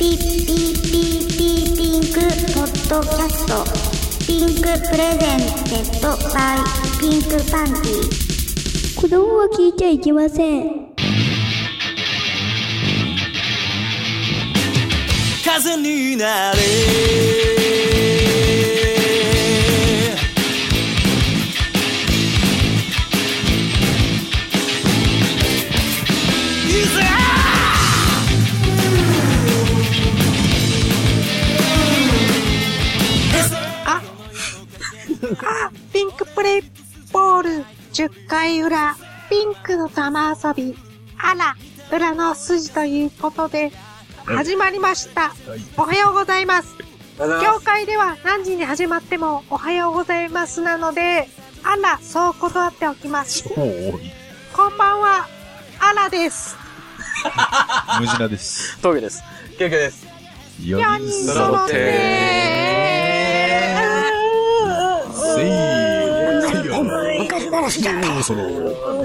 ピンクポッドキャストピンクプレゼンテッドバイピンクパンティ。子供は聞いちゃいけません。 風になれピンクプレイボール10回裏ピンクの玉遊びあら裏の筋ということで始まりました、おはようございます。業界では何時に始まってもおはようございますなのであらそう断っておきます。こんばんはあらです。 ムジナです。 峠です。 キュウキュウです。 4人揃って昔話だ。その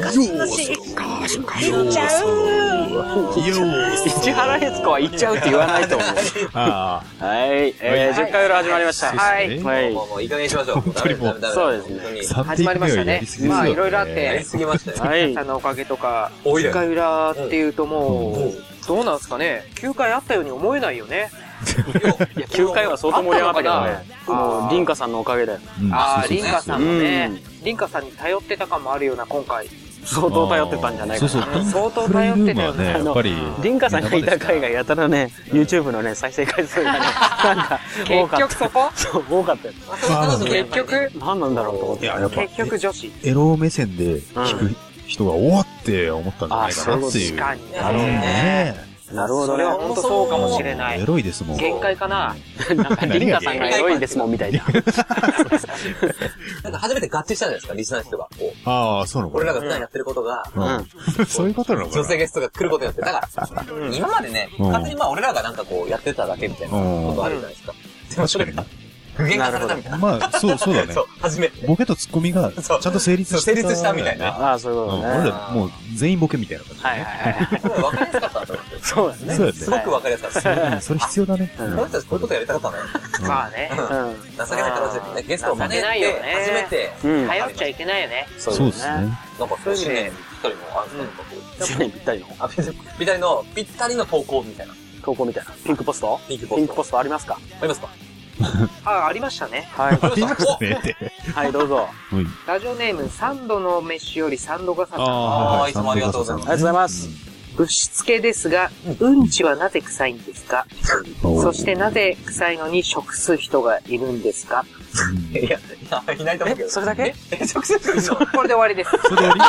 市原悦子は行っちゃうって言わないと思う。はい、10回裏始まりました。 はい。もういい加減にしましょう。 そうですね。 始まりましたね。まあいろいろあってやりすぎましたよ。 はい。さんのおかげとか10回裏っていうともうどうなんですかね。9回あったように思えないよね。 いや9回は相当盛り上がったけどね。もうリンカさんのおかげだよ。 ああリンカさんもね、リンカさんに頼ってた感もあるような今回。 相当頼ってたんじゃないかな。 相当頼ってたよね。 やっぱりリンカさんがいた回がやたらね YouTube のね再生回数がねなんか結局そこそう多かったよ。 結局何なんだろうと思って。 結局女子エロ目線で聞く人がおわって思ったんじゃないかなっていう。 確かにね。 なるほどね。 それは本当そうかもしれない。 エロいですもん。 限界かな。 なんかリンカさんがエロいですもんみたいな。 なんか初めて合致したじゃないですか、リスナーの人が。 ああ、そうなのか。 俺らが普段やってることが、 そういうことなのかな。 女性ゲストが来ることによって、だから今までね、勝手にまあ俺らがなんかこうやってただけみたいなことあるじゃないですか。 確かに。 具現化されたみたいな。 まあ、そうだね。 そう、初めて。 ボケとツッコミがちゃんと成立したみたいな。 ああ、そういうことね。 俺らもう全員ボケみたいな感じ。 はいはいはい。 わかりやすかったと思って。 そうだね。 そうだね。 すごくわかりやすかった。 それ必要だね。 この人たちこういうことやりたかったんだよ。 まあね。 情けない形でね、ゲストを招いて、初めて。 頼っちゃいけないよね。 そうですね。 なんかそういう意味で、ぴったりの、 1年ぴったりのぴったりの投稿みたいな。 投稿みたいな。ピンクポストピンクポストありますか？ ありますか？ ありましたね。 はい。 ありましたねって。 はい、どうぞ。 ラジオネーム、3度の飯より3度がさん。 いつもありがとうございます。 ありがとうございます。 ぶしつけですが、うんちはなぜ臭いんですか？そしてなぜ臭いのに食す人がいるんですか？ いや、いないと思うけど。 それだけ？ 食す人いるこれで終わりです。 それで終わ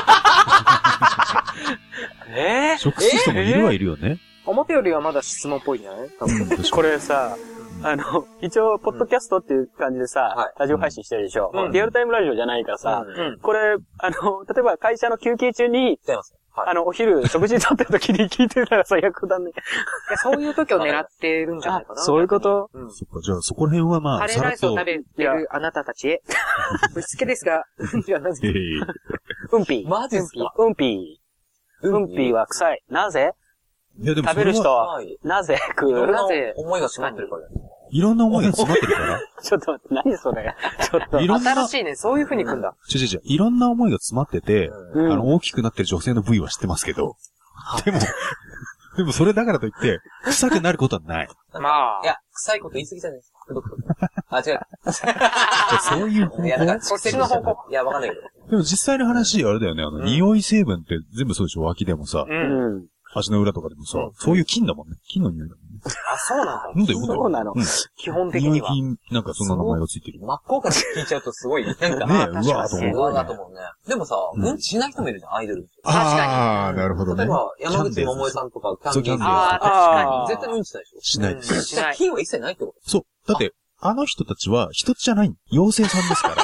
り？ 食す人もいるはいるよね。 表よりはまだ質問っぽいんじゃない？ これさ、一応、ポッドキャストっていう感じでさ、ラジオ配信してるでしょ。リアルタイムラジオじゃないからさ、これ、例えば会社の休憩中に、お昼、食事とってる時に聞いてたら最悪だね。 そういう時を狙ってるんじゃないかな。 そういうこと？ そっか、じゃあそこら辺はまあ、 カレーライスを食べてるあなたたちへ。ぶしつけですが、うんぴはなぜ？ うんぴ。 マジですか？ うんぴ。うんぴは臭い。なぜ？食べる人は、なぜ食う？ なぜ思いが詰まってるから。 いろんな思いが詰まってるから。 ちょっと待って、何それ。ちょっと。 新しいね、そういう風に組んだ。 いろんな思いが詰まってて、大きくなってる女性の部位は知ってますけど、でもそれだからといって、臭くなることはない。 まあ。いや、臭いこと言い過ぎじゃないですか。違う。 そういう方向？ いや、だから、そっちの方向。いや、わかんないけど。 でも実際の話、あれだよね、匂い成分って全部そうでしょ、脇でもさ。足の裏とかでもさ、そういう菌だもんね。菌の匂いだもんね。 あ、そうなんだ。 なんだよ、 そうなの。 基本的には。 匂い菌、なんかそんな名前がついてる。 真っ向から聞いちゃうとすごい、なんか。 ねうわーと思うね。でもさ、うんちしない人もいるじゃん、アイドル。 確かに。 ああ、なるほどね。 例えば、山口百恵さんとか、キャンディーズ。 ああ、確かに。 絶対うんちしないでしょ。 しないです。 しない。 菌は一切ないってこと？ そう。だって、あの人たちは人じゃない。妖精さんですから。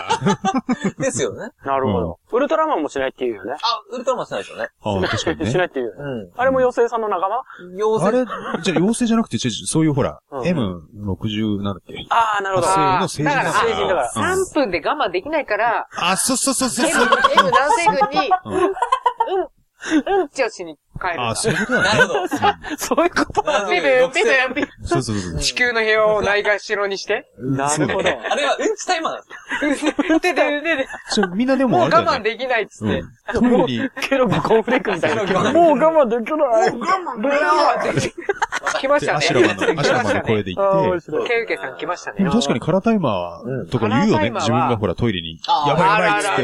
ですよね。 なるほど。ウルトラマンもしないって言うよね。 ウルトラマンしないでしょうね。 確かにね。 しないって言うよね。あれも妖精さんの仲間？ あれ、じゃあ妖精じゃなくて、そういうほら、M60 なんだっけ？ ああ、なるほど。 だ成人から、 だ 3分で我慢できないから、 そう。 M 男性軍に、うんちをしに帰るんだ。 あ、そういうことだね。 なるほど。 そういうことだね。 そうそうそう。 地球の部屋をないがしろにして。 なるほど。 あれはうんちタイマーなんですか？ みんなでももうあれだよね我慢できないっつって。 トイレに、 ケロッグコーンフレークみたいな。もう我慢できない。もう我慢できない。 来ましたね。 アシュラマの声で言って、 ケウケさん来ましたね。 確かにカラータイマーとか言うよね。自分がほらトイレに、やばいやばいっつって、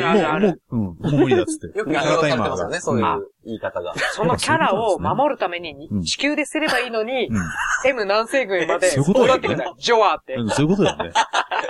もう無理だっつって。 よくカラータイマーがね、そういう言い方が。 そのキャラを守るために、地球ですればいいのに、M 南西軍まで戻ってくる。ジョアって。 そういうことだよね。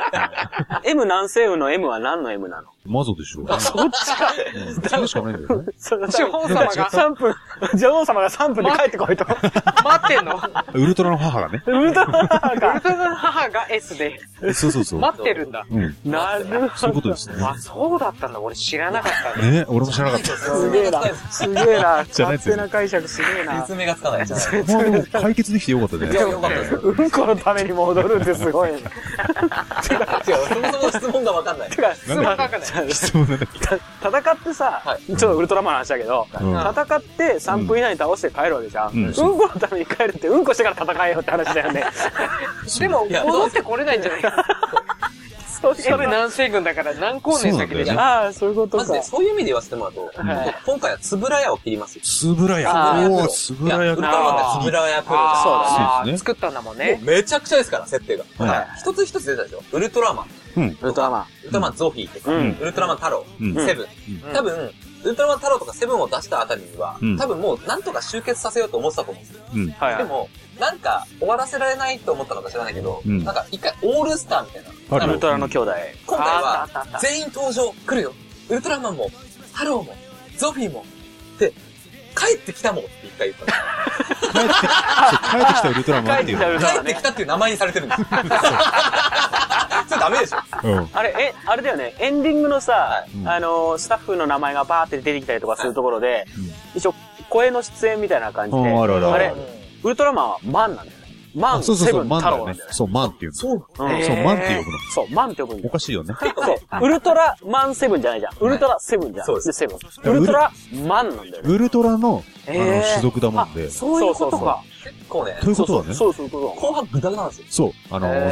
M 南西軍の M は何の M なの？ マゾでしょ。 そっちか。 それしかないんだよね。 女王様が 3分、女王様が3分で帰ってこいと。 待ってんの？ ウルトラの母がね。 ウルトラの母が。 ウルトラの母が S で。 そうそうそう。 待ってるんだ。 なるほど。 そういうことですね。 あ、そうだったんだ。俺知らなかったね。 ね、俺も知らなかった。 すげえな。すげえな。勝手な解釈すげえな。 説明がつかないじゃん。 まあでも解決できてよかったね。 よかったですよ。 うんこのために戻るってすごい。違う、 そもそも質問がわかんない。 質問がわかんない。 質問なんだっけ？ 戦ってさ、ちょっとウルトラマンの話だけど、戦って3分以内に倒して帰るわけじゃん。うんこのために帰るってうんこしてから戦えよって話だよね。 でも、戻ってこれないんじゃないか。それ南西軍だから何光年先でしょ。 ああ、そういうことか。 まずね、そういう意味で言わせてもらうと、今回はつぶらやを切りますよ。 つぶらや。おー、つぶらや。 ウルトラマンがつぶらやプロじゃん。 そうだね。作ったんだもんね。 めちゃくちゃですから、設定が。一つ一つ出たでしょ。ウルトラマン。 ウルトラマン。 ウルトラマンゾフィーとか、ウルトラマン太郎、セブン。多分、ウルトラマン太郎とかセブンを出したあたりには、多分もうなんとか集結させようと思ってたと思うんですよ。でも、なんか終わらせられないと思ったのか知らないけど、なんか一回オールスターみたいな。 ウルトラの兄弟。 今回は全員登場来るよ。ウルトラマンも、太郎も、ゾフィーも、で、帰ってきたもんって一回言った帰ってきたウルトラマンっていう。 帰ってきたっていう名前にされてるんです。それダメでしょ。 あれだよね、エンディングのさ、スタッフの名前がバーって出てきたりとかするところで、一応声の出演みたいな感じで、あれ、ウルトラマンはマンなんだよね。マン、セブン、太郎なんだよね。 そう、マンっていう。そう、マンって呼ぶの。 そう、マンって呼ぶんだよ。 おかしいよね。 そう、ウルトラマンセブンじゃないじゃん。ウルトラセブンじゃん。そうです。セブン。ウルトラマンなんだよね。 ウルトラの、種族だもんで。 そういうことか。 結構ね。 ということはね。 そういうこと。 後半グダグダなんですよ。 そう。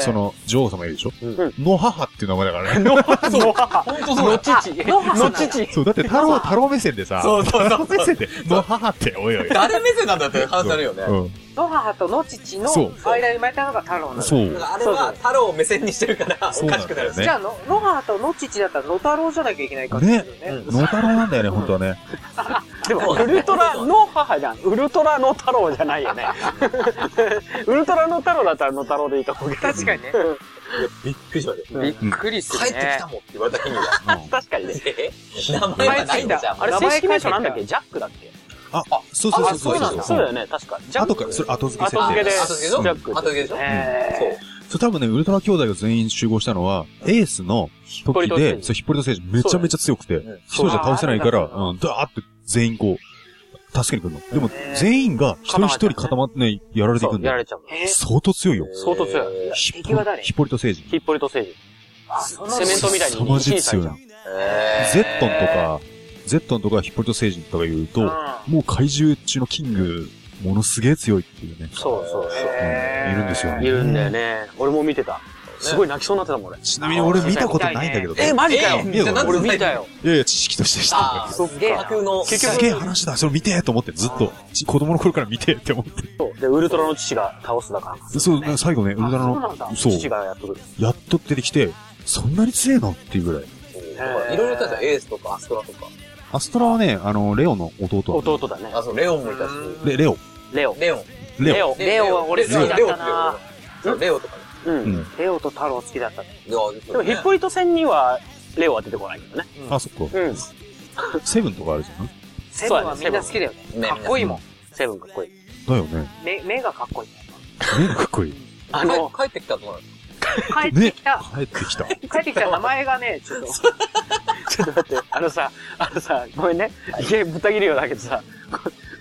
その、女王様いるでしょの母っていう名前だからね。 の母。本当そう。の父。の父。 そう、だって太郎目線でさ。そう。太郎目線で、の母って、おいおい。 誰目線なんだって話あるよね。 の母との父の間に生まれたのが太郎なんだ。 そう。 あれは太郎を目線にしてるから、おかしくなる。 じゃあ、の母との父だったらの太郎じゃなきゃいけないからね。の太郎なんだよね、本当はね。 でも、ウルトラの母じゃん。ウルトラの太郎じゃないよね。ウルトラの太郎だったらの太郎でいいと思うけど。 確かにね。 びっくりしましたよ。 びっくりするね。 帰ってきたもんって言われた日には。 確かにね。 名前はないんだじゃん。 あれ、正式名称なんだっけ？ジャックだっけ？ あ、そう。 そうだよね、確か。 後から、それ後付け設定。 後付けで。 後付けでしょ？ そう。多分ね、ウルトラ兄弟が全員集合したのは、エースの時で、そう、ヒッポリト星人めちゃめちゃ強くて、一人じゃ倒せないから、ダーって全員こう、助けに来るの。でも、全員が一人一人固まってね、やられていくんだよ。 やられちゃう。 相当強いよ。 相当強い。 ヒッポリト星人。 ヒッポリト星人。セメントみたいに。 凄まじ強いな。ゼットンとかヒッポリト星人とか言うと、もう怪獣中のキング、ものすげえ強いっていうね。 そう。 いるんですよね。 いるんだよね。俺も見てた。すごい泣きそうになってたもん、俺。 ちなみに俺見たことないんだけどね。 マジかよ。俺見たよ。 いや、知識として知ってた。 すげえ。 すげえ話だ。それ見てと思って、ずっと。子供の頃から見てって思って。 そう。で、ウルトラの父が倒すだから。 そう、最後ね、ウルトラの、 父がやっとくる。 やっと出てきて、そんなに強えのっていうぐらい。 いろいろ言ったじゃん、エースとかアストラとか。 アストラはね、レオの弟。 弟だね。 あ、そう、レオンもいたし。 レオは俺好きだったな。 レオとかね。 レオと太郎好きだった。 でもヒッポリト戦には、レオは出てこないけどね。 あ、そっか。セブンとかあるじゃん。 セブンはみんな好きだよね。かっこいいもん。 セブンかっこいい。 だよね。 目がかっこいい。 目がかっこいい。 帰ってきたと思う。 帰ってきた。 帰ってきた。 帰ってきた名前がね、ちょっと。 ちょっと待って、ごめんね。豚切るようだけどさ、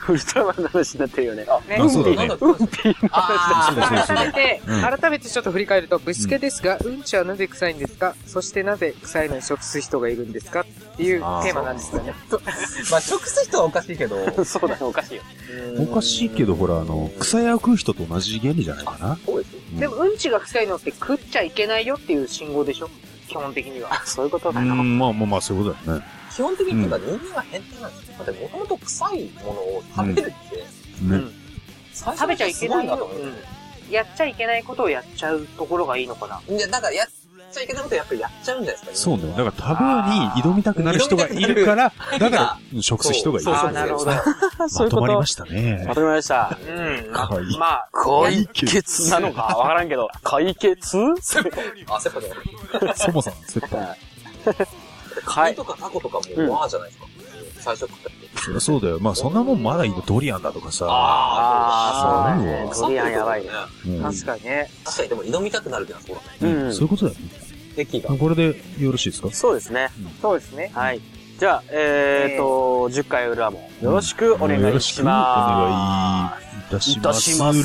ウルトラマンの話になってるよね。 そうだね。 うんぴーの話だ改めてちょっと振り返ると、ぶしつけですが、うんちはなぜ臭いんですか？そしてなぜ臭いのに食す人がいるんですか？っていうテーマなんですよね。 まあ、食す人はおかしいけど。 そうだね、おかしいよ。 おかしいけど、ほら、草屋食う人と同じ原理じゃないかな。 そうですよ。 でも、うんちが臭いのって食っちゃいけないよっていう信号でしょ？基本的には。 そういうことだよ。 まあ、そういうことだよね。 基本的に人間は変態なんですよ。だって、もともと臭いものを食べるって、 食べちゃいけないよ。やっちゃいけないことをやっちゃうところがいいのかな。 いや、だからやっちゃいけないことやっぱりやっちゃうんじゃないですか。 そうね。だからタブーに挑みたくなる人がいるから、だから食す人がいる。 あ、なるほど。 まとまりましたね。 まとまりました。 まあ、 解決なのかわからんけど、解決セッパじゃない。 そもそもセッパ。 カニとかタコとかもわーじゃないですか。最初食ったって。 そうだよ。まあそんなもんまだいいのドリアンだとかさ。 そうね。ドリアンやばいね。 確かにね。 確かにでも挑みたくなるってのはそうだね。そういうことだよね。これでよろしいですか？ そうですね。 そうですね。 はい。じゃあ、10回裏もよろしくお願いします。 お願いいたします。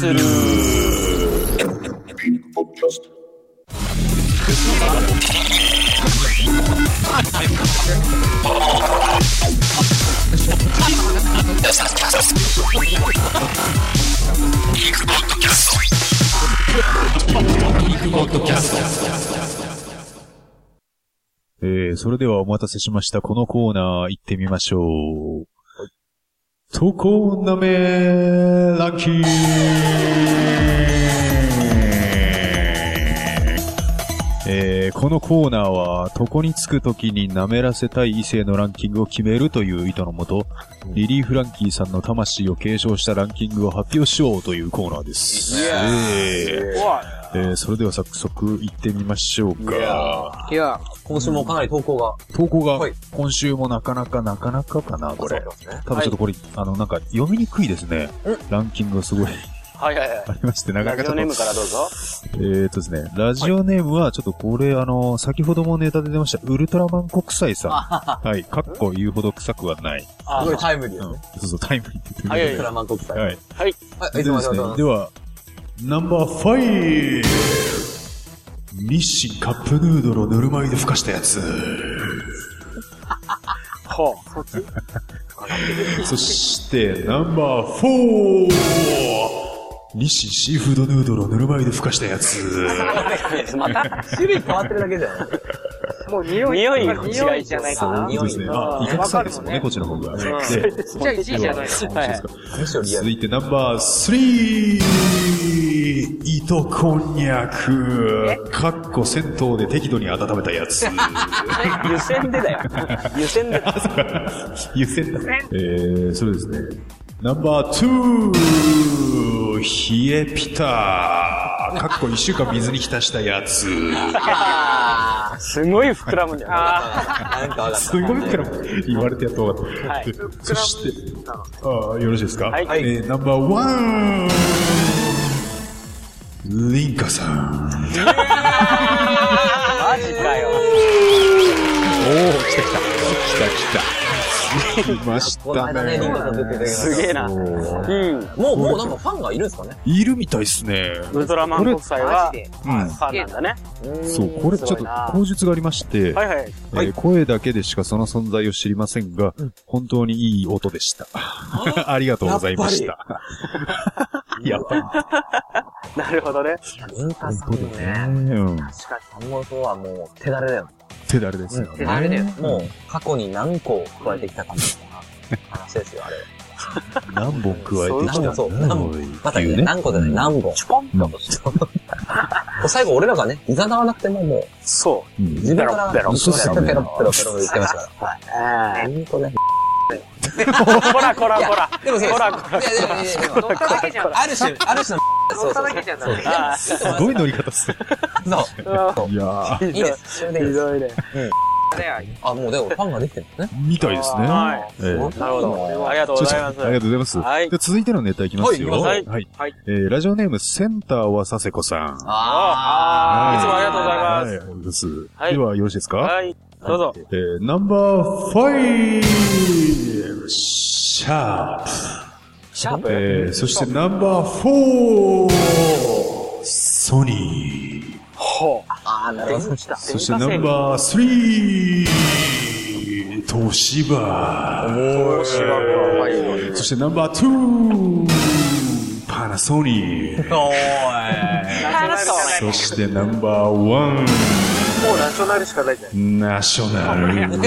それではお待たせしました。このコーナー行ってみましょう。投稿なめランキング。このコーナーは、床につくときに舐めらせたい異性のランキングを決めるという意図のもと、リリー・フランキーさんの魂を継承したランキングを発表しようというコーナーです。それでは早速行ってみましょうか。 いや、 今週もかなり投稿が、 今週もなかなかかな、これ。ただちょっとこれ、なんか読みにくいですね。ランキングがすごい。ありまして、なかなかちょっと。 ラジオネームからどうぞ。 ですね、ラジオネームは、ちょっとこれ、先ほどもネタで出ました、ウルトラマン国際さん。はい、かっこ言うほど臭くはない。 すごいタイムリーですね。 そう、タイムリーって言ってる。ウルトラマン国際。 はい。 はい。 では、ナンバー5。日清カップヌードルをぬるま湯でふかしたやつ。 ほう、そっちそして、ナンバー4。日清シーフードヌードルをぬるま湯でふかしたやつ。 また種類変わってるだけじゃない。 もう匂いじゃないかな。 そうですね。いか臭いですもんね、こっちの方が。じゃあ 1位じゃないの。 続いてナンバー3。糸こんにゃく。かっこ銭湯で適度に温めたやつ。 湯煎でだよ。湯煎でだ。 湯煎だ。それですね。ナンバー2。冷えピタ。かっこ1週間水に浸したやつ。 すごい膨らむんだよ。 すごい膨らむ。言われてやっと分かった。そして、よろしいですか？はい。ナンバー1。リンカさん。 マジかよ。 おー、来た。来ましたね。 すげえな。 もうなんかファンがいるんですかね？ いるみたいですね。 ウルトラマン国際は、ファンなんだね。 そう、これちょっと口述がありまして、声だけでしかその存在を知りませんが、本当にいい音でした。ありがとうございました。やっぱり。 なるほどね。 リンカさんね。確かに。反応とはもう手だれだよ。 手だれですよね。 手だれだよ。 もう過去に何個加えてきたかみたいな話ですよ、あれ。 何本加えてきたそう、何本。またね、何個じゃない、何本。チュポンと。最後俺らがね、いざなわなくてももう。 そう。 自分から、ペロペロ言ってましたから。ほんとね。 こら。 でもそうです。 乗っただけじゃん。 ある種の、 乗っただけじゃん。 すごい乗り方っすね。 そう。 いやいいです。終電ひどいね。 もうでもファンができてるんですね。 みたいですね。 なるほど。ありがとうございます。 ありがとうございます。で、続いてのネタいきますよ。 はい。 ラジオネーム、センターは佐世子さん。 いつもありがとうございます。 では、よろしいですか？ はい。どうぞ。 ナンバー5、シャープ。 シャープそしてナンバー4、ソニー。 ほう。 なるほど。 そしてナンバー3、東芝。そしてナンバー2、パナソニー。そしてナンバー1、 もうナショナルしかないじゃん。 ナショナル。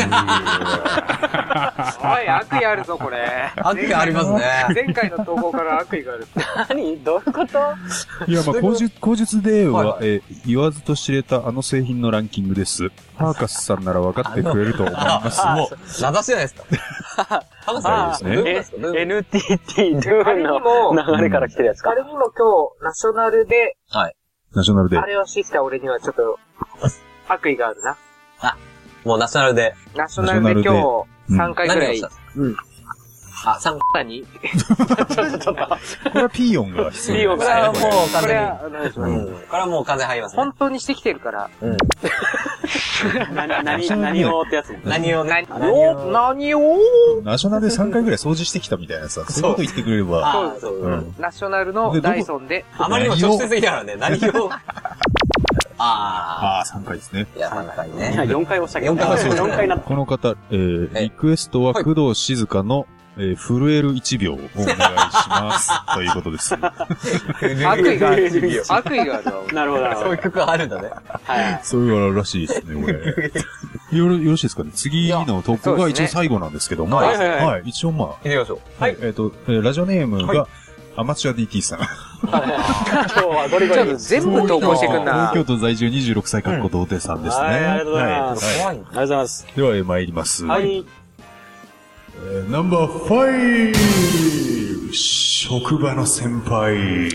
おい、悪意あるぞ、これ。 悪意ありますね。 前回の投稿から悪意がある。 何どういうこといや、まあ、口述では、言わずと知れたあの製品のランキングです。ハーカスさんなら分かってくれると思います。 もう、名指しじゃないですか。ハーカスさんですね。 NTT ルーの流れから来てるやつか。 あれにも今日、ナショナルで、 はい。 ナショナルで。 あれを知った俺にはちょっと、悪意があるな。 もうナショナルで。 ナショナルで今日、3回ぐらい。 うん。3回にこれはピーヨンが必要。 これはもう完全に。 これはもう完全に入りますね。 本当にしてきてるから。 うん。 何をってやつ何をナショナルで3回ぐらい掃除してきたみたいなさ、そういうこと言ってくれれば。 そう。ナショナルのダイソンで。 あまりにも直接的だからね、何を。 3回ですね。 いや、3回ね。 4回押したけど。4回なった。 この方、リクエストは工藤静香の、震える1秒をお願いします。ということです。 悪意がある。悪意がある。 なるほど。 そういう曲があるんだね。 はい。 そういうのらしいですね、これ。よろしいですかね。次の投稿が一応最後なんですけども。はい。一応まあ。 行きましょう。 はい。ラジオネームが、アマチュア DT さん。 今日はゴリゴリ。 全部投稿してくんな。 東京都在住26歳かっこ童貞さんですね。 ありがとうございます。ありがとうございます。 では、参ります。 はい。 ナンバー5、職場の先輩。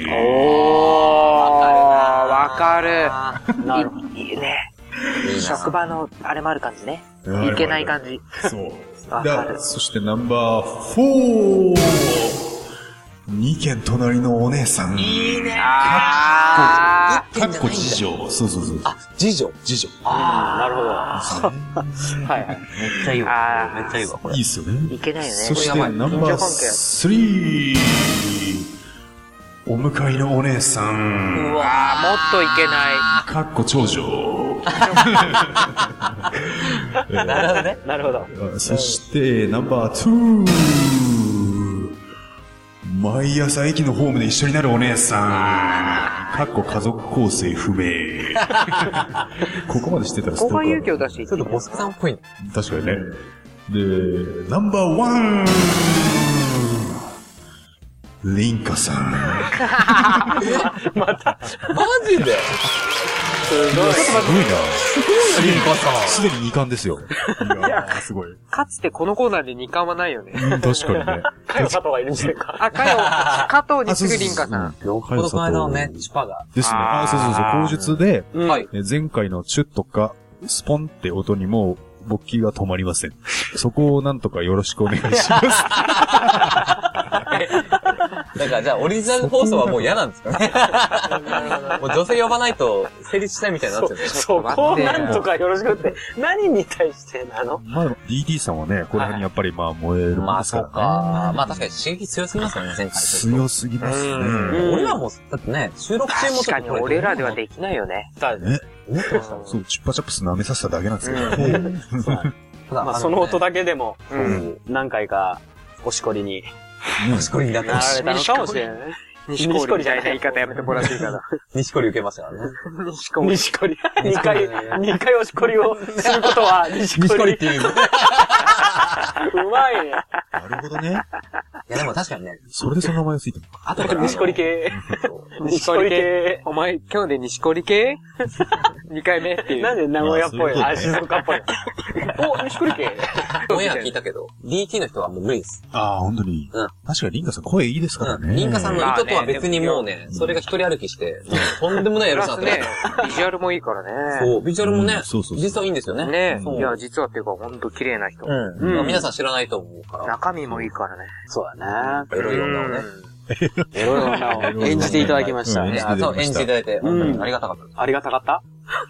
わかる。いいね。職場のあれもある感じね。いけない感じ。 そう。わかる。そしてナンバー4、2軒隣のお姉さん。 いいね。 かっこ次女。そう。 次女。 なるほど。はい。 めっちゃいいわ。めっちゃいいわ、これ。 いいっすよね。 いけないよね。 そしてナンバー3、お迎えのお姉さん。 うわー、もっといけない。 かっこ長女。 なるほどね。 なるほど。 そしてナンバー2、毎朝駅のホームで一緒になるお姉さん。かっこ家族構成不明。ここまで知ってたらここは勇気を出していちょっとボスケさんっぽいね。 確かにね。で、ナンバー1、リンカさん。 また。マジですごい。 すごいな。 リンカさん。 すでに2冠ですよ。いやー、すごい。 かつてこのコーナーで2冠はないよね。 確かにね。 かよ佐藤がいるんじゃないか。 加藤に次ぐリンカさん。 よっぽどこの間のね、チパが。 ですね。そう。口述で、 はい。 前回のチュッとか、スポンって音にも、勃起が止まりません。そこをなんとかよろしくお願いします。 だからじゃあオリジナル放送はもう嫌なんですかね。もう女性呼ばないと成立しないみたいになっちゃう。 そこをなんとかよろしくって、何に対してなの？ まあ、DT さんはね、これにやっぱりまあ燃えるんですからね。 まあそうか。まあ確かに刺激強すぎますよね、前回。 強すぎますね。 俺らも、だってね、収録中も確かに俺らではできないよね。 そう、チュッパチャップス舐めさせただけなんですけど。 まあその音だけでも、何回か、おしこりに。 おしこりになってなられたのかもしれない。 西堀みたいな言い方やめてもらっていいかな。 西堀受けましたからね。 西堀。2回おしこりをすることは、西堀っていう。 うまいね。 なるほどね。 いやでも確かにね。 それでその名前がついてるのか。 あと西堀系。西堀系。 お前、今日で西堀系 ?2 回目っていう。 なんで名古屋っぽい。静岡っぽい。お、西堀系。 オンエア聞いたけど、DT の人はもう無理です。 ああ、本当に。確かにリンカさん声いいですからね。 リンカさんの意図とは別にもうね、それが一人歩きして、とんでもないやるさってね。 ビジュアルもいいからね。 そう、ビジュアルもね、 そう実はいいんですよね。 ねいや、実はっていうか、ほんと綺麗な人。 皆さん知らないと思うから。 中身もいいからね。 そうだね。 エロい女をね。 エロい女を演じていただきました。 そう、演じていただいて、ありがたかった。 ありがたかった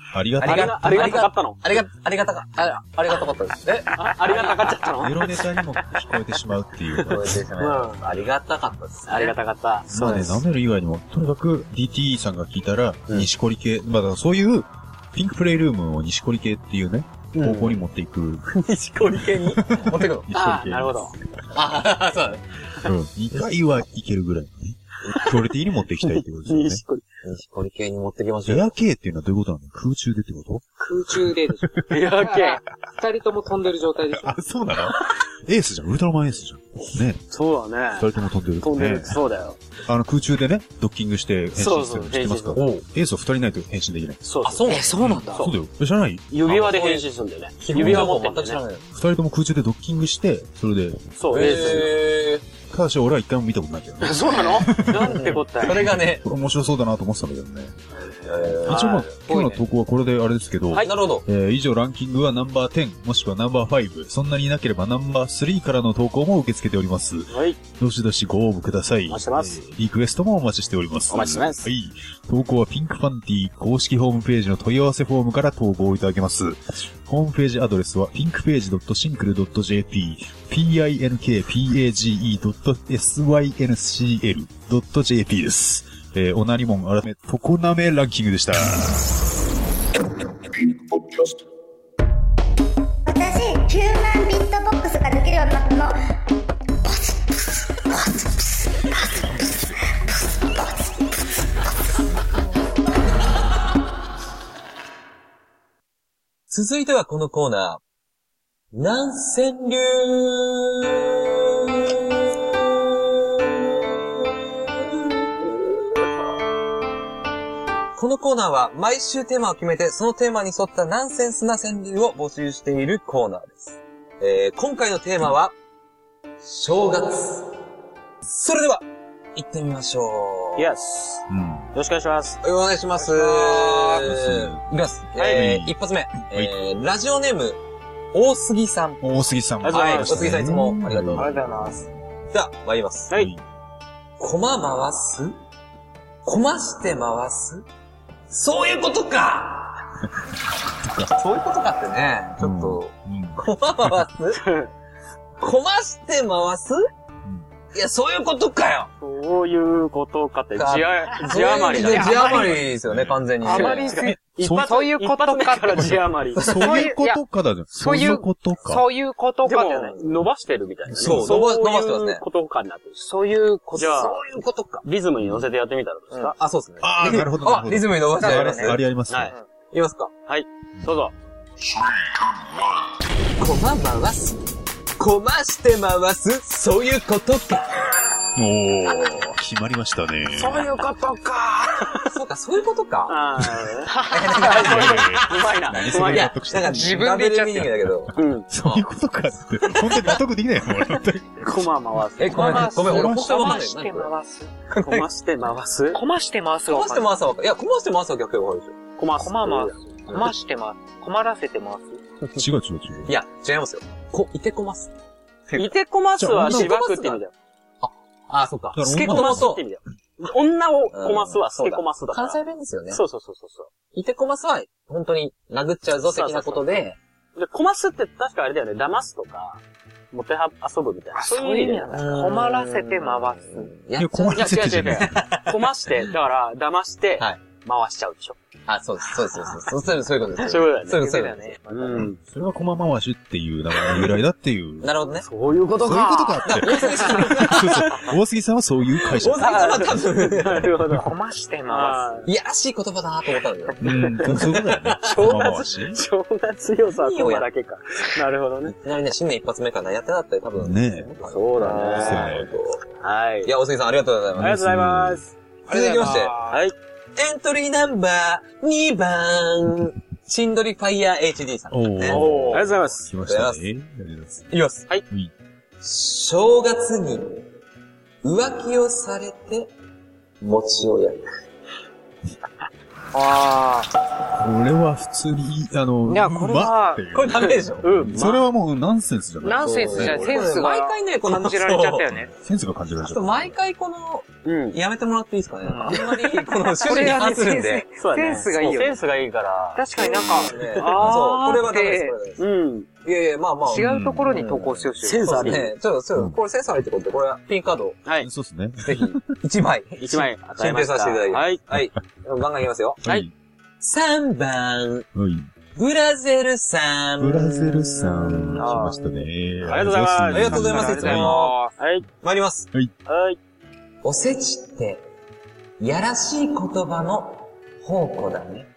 ありがたかったの？ ありがたかったです。 ありがたかっちゃったの？ エロネタにも聞こえてしまうっていう。 ありがたかったです。 ありがたかった。 まあね、舐める以外にも、とにかく DT さんが聞いたら、西堀系、まあだからそういう、ピンクプレイルームを西堀系っていうね、方向に持っていく。 西堀系に持っていくの？ 西堀系。 なるほど。 あ、そうだね。 2回はいけるぐらいのね。クオリティに持っていきたいってことですよね。 西堀系に持ってきましょう。 エア系っていうのはどういうことなの？空中でってこと？ 空中ででしょ。 エア系。 二人とも飛んでる状態でしょ。 あ、そうなの？エースじゃん。ウルトラマンエースじゃん。ね。 そうだね。 二人とも飛んでる。 飛んでる。そうだよ。 空中でね、ドッキングして変身するの知ってますか？エースは二人ないと変身できない。 そう。 あ、そうなんだ。 そうだよ。知らない？ 指輪で変身するんだよね。指輪持って全く知らない。 二人とも空中でドッキングして、それで。 そう、エース。 ただし俺は一回も見たことないけどね。 そうなの？なんてこったい。 それがね。 面白そうだなと思ってたんだけどね。一応今日の投稿はこれであれですけど。 はい、なるほど。 以上ランキングはナンバー10、もしくはナンバー5、そんなにいなければナンバー3からの投稿も受け付けております。 はい。 どしどしご応募ください。 お待ちしてます。 リクエストもお待ちしております。 お待ちしてます。 はい。投稿はピンクファンティ公式ホームページの問い合わせフォームから投稿いただけます。ホームページアドレスは pinkpage.syncl.jp pinkpage.syncl.jp です。おなりもん改め、とこなめランキングでした。 私、ヒューマンビットボックスができるようになったの。 続いてはこのコーナー、南川流。このコーナーは毎週テーマを決めて、そのテーマに沿ったナンセンスな川柳を募集しているコーナーです。今回のテーマは、正月。それでは、行ってみましょう。 Yes。よろしくお願いします。 お願いします。いきます。一発目。ラジオネーム、大杉さん。 大杉さん。 はい、大杉さんいつもありがとうございます。では、参ります。 はい。 コマ回す？コマして回す？そういうことかそういうことかってね、ちょっと、コマ回す？コマして回す？いや、そういうことかよ。 そういうことかって、字余りだ。 字余りですよね、完全に。 あまりそういうことかから字余り。 そういうことかだじゃん。そういうことか。 そういうことかじゃない。 伸ばしてるみたいなね。 そう、伸ばしてますね。 そういうことかになってる。 そういうこと。 じゃあ、 そういうことか。 リズムに乗せてやってみたらどうですか？ あ、そうですね。 ああ、なるほど。 あ、リズムに伸ばしてやります。 ありあります。 はい。 いきますか。 はい。どうぞ。 コマ回す。コマして回す。そういうことか。 おー、決まりましたね。 そういうことか。そうか、そういうことか。 ああ。うまいな。 何それ納得してなんか自分で言っちゃってだけど。 そういうことかって。本当に納得できないよ、俺。本当に。 コマ回す。 ごめん、俺もコマして回す。 コマして回す。 コマして回す。 コマして回すわかる。いや、コマして回すは逆にわかるでしょ。 コマ回す。コマして回す。困らせて回す。違う。 いや、違いますよ。いてこます。 いてこますはしばくって意味だよ。 あ、そっか。 スケコマスって意味だよ。女をこますはスケコマスだから。 関西弁ですよね。 そう。 いてこますは、本当に殴っちゃうぞ的なことで。 で、こますって確かあれだよね、騙すとか、もて遊ぶみたいな。 そういう意味だよ。困らせて回す。 いや、困らせて違う。こまして、だから、騙して、回しちゃうでしょ。 あ、そうです。そういうことです。 そういうことだね。 そうだね。 それはコマ回しっていう名前の由来だっていう。 なるほどね。 そういうことか。 そういうことかって。大杉さんはそういう会社。 大杉さんは多分。 なるほど。 こまして回す。いやらしい言葉だなと思ったんだよ。 そういうことだよね。 正月良さはここだけか。なるほどね。 いきなりね、新年一発目からやってたって多分。 ねそうだね。はい。 いや、大杉さんありがとうございます。 ありがとうございます。 続きまして。 はい。 エントリーナンバー2番、シンドリファイヤー HD さん。 ありがとうございます。 来ましたね。 いきます。 はい。 正月に浮気をされて、餅を焼く。 ああ。 これは普通に、 いや、これは、 これダメでしょ。 それはもうナンセンスじゃない。 ナンセンスじゃない。センスが感じられちゃったよね。 センスが感じられちゃった。 毎回この、 やめてもらっていいですかね。あんまり、この趣旨に反するんで。 センスがいいよ。 センスがいいから。 確かになんか、 そう、これはダメです。いやいや、まあ。 違うところに投稿してほしい。 センスあるね。これセンスあるってことで、これはピンカード。 はい。 そうですね。 ぜひ、1枚。 1枚。 申請させていただきます。はい。ガンガンいきますよ。 はい。 3番。 はい。 ブラゼルさん。 ブラゼルさん。来ましたね。 ありがとうございます。 ありがとうございます。いつも。 はい。 参ります。 はい。 はい。 おせちって、やらしい言葉の宝庫だね。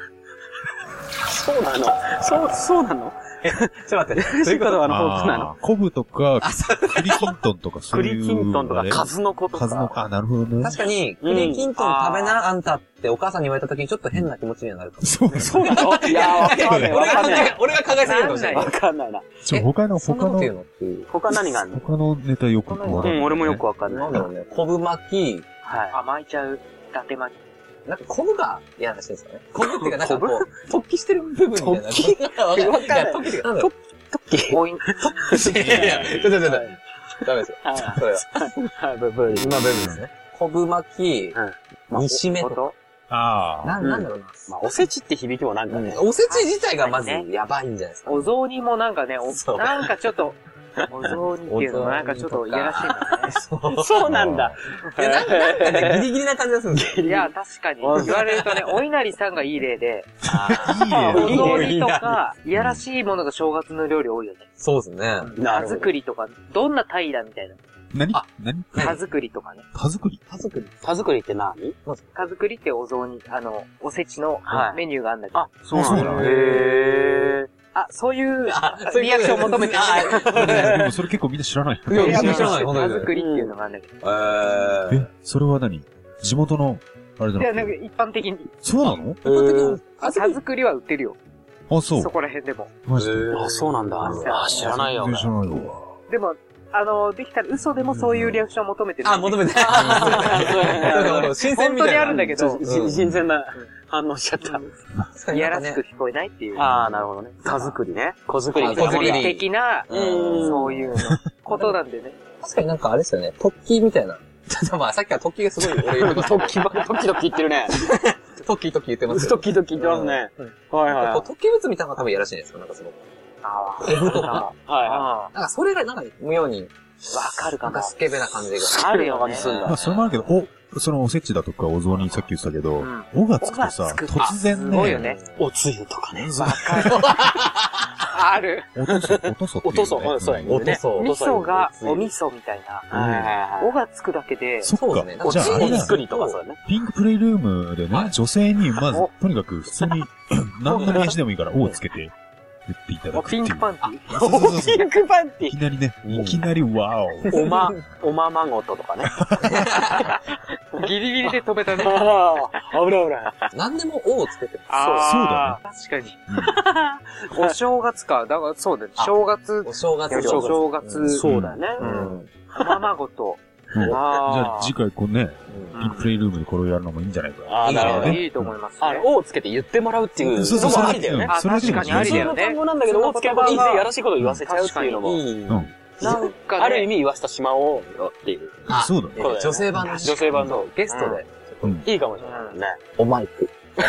そうなのそうなのちょっと待って。 やらしい言葉の宝庫なの昆布とか、栗きんとんとかそういう。 栗きんとんとか、数の子とか。 なるほどね。 確かに、栗きんとん食べな、あんたってお母さんに言われた時にちょっと変な気持ちにはなるかも。 そうなのいや、わかんない。 俺が考えすぎるかもしれない。 わかんないな。 他何があるの他のネタよくわかんない。 俺もよくわかんない。 なんだろうね。昆布巻き。 はい。 巻いちゃう。伊達巻き。 なんか昆布が嫌ならしいんですかね。昆布っていうかなんかこう、突起してる部分みたいな。突起わかんない。突起ってなんだろう。 突起ポイント。 いや、ちょっと。ダメですよ。それは。 今ブーブですね。昆布巻き、煮しめとか。なんだろうな。 まあ、おせちって響きもなんかね。 おせち自体がまずやばいんじゃないですか。 お雑煮もなんかね、なんかちょっと、お雑煮っていうのもなんかちょっといやらしいんだね。 そうなんだ。 いや、なんかね、ギリギリな感じがするんですよ。 いや、確かに。言われるとね、お稲荷さんがいい例で、 いい例。 お雑煮とか、いやらしいものが正月の料理多いよね。 そうですね。 田作りとか、どんなタイだみたいな。 何田作りとかね。 田作りって何？ 田作りってお雑煮、おせちのメニューがあるんだけど。 あ、そうなんだ。へー。 そういうリアクションを求めてる。 でもそれ結構みんな知らない。 いや、みんな知らない。 田作りっていうのがあるんだけど。 それは何？地元の、あれだろ？ いや、なんか一般的に。 そうなの？ 一般的に。田作りは売ってるよ。 あ、そう。 そこら辺でも。 マジで？ あ、そうなんだ。知らないよ。 知らないよ。 でも、できたら嘘でもそういうリアクションを求めてる。 求めてる。新鮮みたいな。 本当にあるんだけど、 新鮮な反応しちゃった。 いやらしく聞こえないっていう。 なるほどね。田作りね。子作り的な、そういうことなんでね。 確かになんかあれですよね。突起みたいな。まあさっきは突起がすごい俺言うと突起言ってるね。 突起言ってますよ。突起言ってますね。はいはい。 突起物みたいなのが多分やらしいんですよ。なんかその。エブとか。 はい。 なんかそれがなんか妙に。 わかるかな。 なんかスケベな感じが。 あるよね。 まあそれもあるけど、そのおせちだとかお雑煮さっき言ってたけど、おがつくとさ、突然ね。 すごいよね。 おつゆとかね。 わかる。ある。 おとそ。 おとそ。味噌がお味噌みたいな。おがつくだけで。 そっか。 じゃあ、お作りとかそうだね。 ピンクプレイルームでね、女性にまず、とにかく普通に、何の練習でもいいから、おをつけて、言っていただくっていう。 ピンクパンティそうピンクパンティいきなりね、いきなりワオ。おままごととかね。 ギリギリで飛べたね。 危ない。 何でもおをつけてる。 そうだね。確かに。お正月か。だからそうだね。正月。 お正月。 そうだね。 おままごと。 じゃあ次回こうね、ピンクプレイルームでこれをやるのもいいんじゃないか。 なるほど。いいと思います。 おをつけて言ってもらうっていうのもありだよね。 確かにありだよね。 単語なんだけど、おをつけることでやらしいことを言わせちゃうっていうのも。なんか、ある意味言わせたしまおうよっていう。 そうだね。 女性版のゲストで。いいかもしれないね。 おマイク。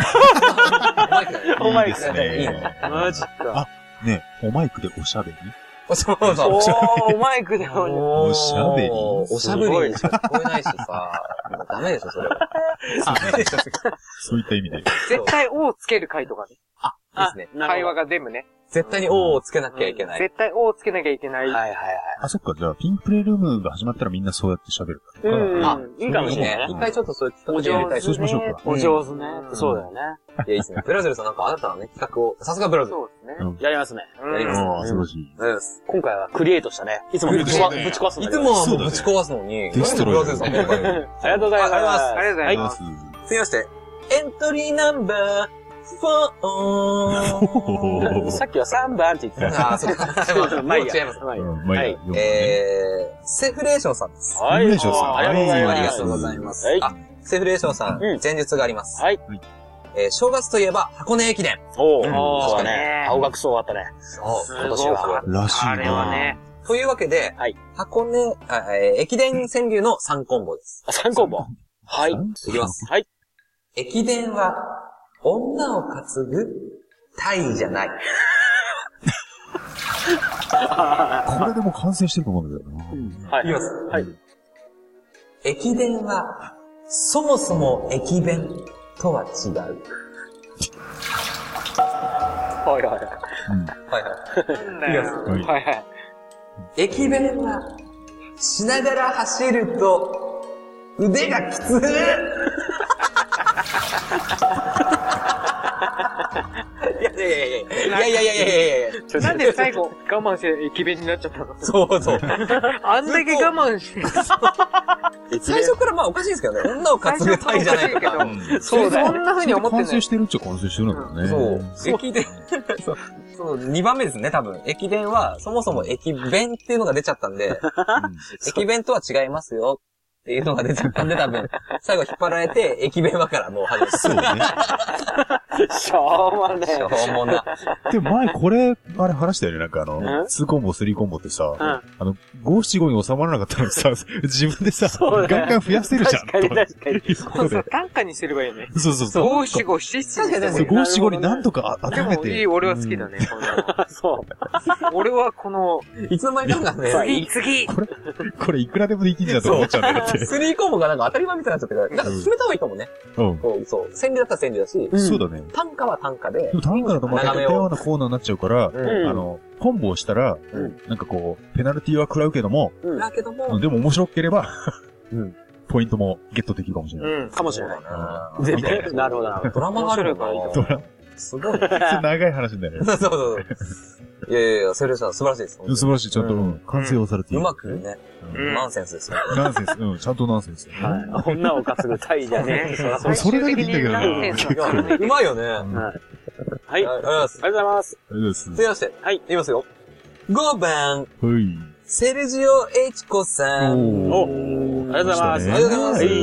おマイクね。いいね。 マジか。 ね、おマイクでおしゃべりおマイクでおしゃべりおしゃべりにしか聞こえないしさ、ダメでしょ、それは。ダメでしょ、 そういった意味で。 絶対おをつける回とかね。 ですね。 会話が全部ね。 絶対におをつけなきゃいけない。 絶対おをつけなきゃいけない。 はい。 そっか、じゃあ、ピンクプレイルームが始まったらみんなそうやって喋るから。 いいかもしれない。 一回ちょっとそうやってそうしましょうか。 お上手ね。そうだよね。 いや、いいですね。ブラゼルさんなんかあなたのね、企画を、さすがブラゼル。 そうですね。 やりますね。 やります。 素晴らしい。 今回はクリエイトしたね。いつもぶち壊すんだけど。 いつもはもうぶち壊すのに、 デストロイ。 ブラゼルさん今回。 ありがとうございます。 ありがとうございます。 すみません。エントリーナンバー、 さっきは3番って言ってた。 そうか。 まあいいや。 違います。 はい。 セフレーションさんです。 はい。ありがとうございます。 ありがとうございます。セフレーションさん、前述があります。 はい。 正月といえば箱根駅伝。 そうだね。青学層あったね。 今年は。 らしいな。 あれはね。 というわけで、箱根、駅伝川柳の3コンボです。 3コンボ。はい。 いきます。 はい。 駅伝は、女を担ぐ、大尉じゃない。 これでもう完成してると思うんだよな。 はい。いきます。はい。駅伝は、そもそも駅弁とは違う。 はいはいはい。 はいはい。いきます。 はいはい。 駅弁は、しながら走ると、腕がきつい。いや。 なんで最後我慢して駅弁になっちゃったの？ そうそう。 あんだけ我慢して。 最初からまあおかしいですけどね。女を担ぐたいじゃないか。 そうだ。そんな風に思ってない。 完成してるっちゃ完成してるんだよね。 そう。駅伝。そう、2番目ですね、多分。駅伝は、そもそも駅弁っていうのが出ちゃったんで、駅弁とは違いますよ。っていうのが出ちゃったんで、多分、最後引っ張られて、駅弁はからもう始めた。 そうね。 しょうもね。 しょうもな。 でも前これ、あれ話したよね、なんか2コンボ、3コンボってさ、5、7、5に収まらなかったのにさ、自分でさ、ガンガン増やせるじゃん。 確かに。 そうそう、単価にすればいいよね。 そうそうそう。 5、4、5、7、7。 5、7、5になんとか集めて。 でもいい、俺は好きだね。 そう。 俺はこの、 いつの間にかね、 次これいくらでもできんじゃんと思っちゃうんだよって。 3コンボがなんか当たり前みたいになっちゃってから、なんか決めた方がいいかもね。そう。川柳だったら川柳だし、 そうだね。 単価は単価で。 単価だとまた似たようなコーナーになっちゃうから、コンボをしたら、なんかこう、ペナルティは食らうけども、でも面白ければ、ポイントもゲットできるかもしれない。 かもしれないな。なるほど。 ドラマがあるからいいと思う。すごい。 長い話だよね。 そう。いや、セルさん素晴らしいです。 素晴らしい。ちゃんと、完成をされている。 うまくね。ナンセンスですよ。 ナンセンス。ちゃんとナンセンス。 はい。女を担ぐタイじゃね。 それだけでいいんだけどな。 うまいよね。 はい。ありがとうございます。 ありがとうございます。 続きまして。はい。言いますよ。5番。セルジオ・エイチコさん。 ありがとうございます。 ありがとうございます。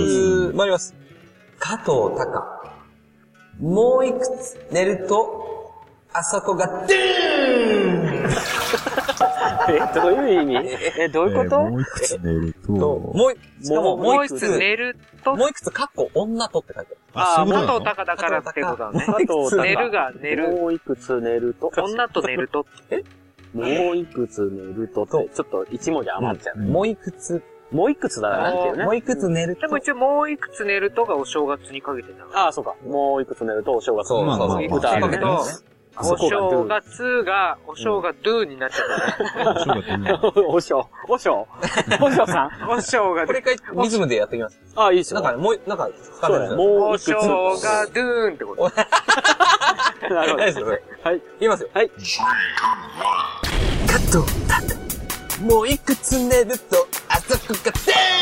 参ります。加藤隆。もういくつ寝ると、あそこがドゥーンどういう意味どういうこともういくつ寝ると、 しかももういくつ寝ると、 もういくつかっこ女とって書いてある。元高だからってことだね。寝るが寝る。 もういくつ寝ると。 女と寝ると。 もういくつ寝るとって、ちょっと一文字余っちゃう。 もういくつもういくつだなっていうね。 もういくつ寝ると。 でも一応もういくつ寝るとがお正月にかけてた。 ああ、そうか。もういくつ寝るとお正月。 そう。 歌あるけど、お正月が、お正がドゥになっちゃった。 お正さんお正が。 これ一回リズムでやってきます。 ああ、いいっすよ。 なんか、もう、なんか、 お正がドゥーンってこと。 なるほど。 はい。言いますよ。 はい。 カット、タット。もういくつ寝ると、あそこが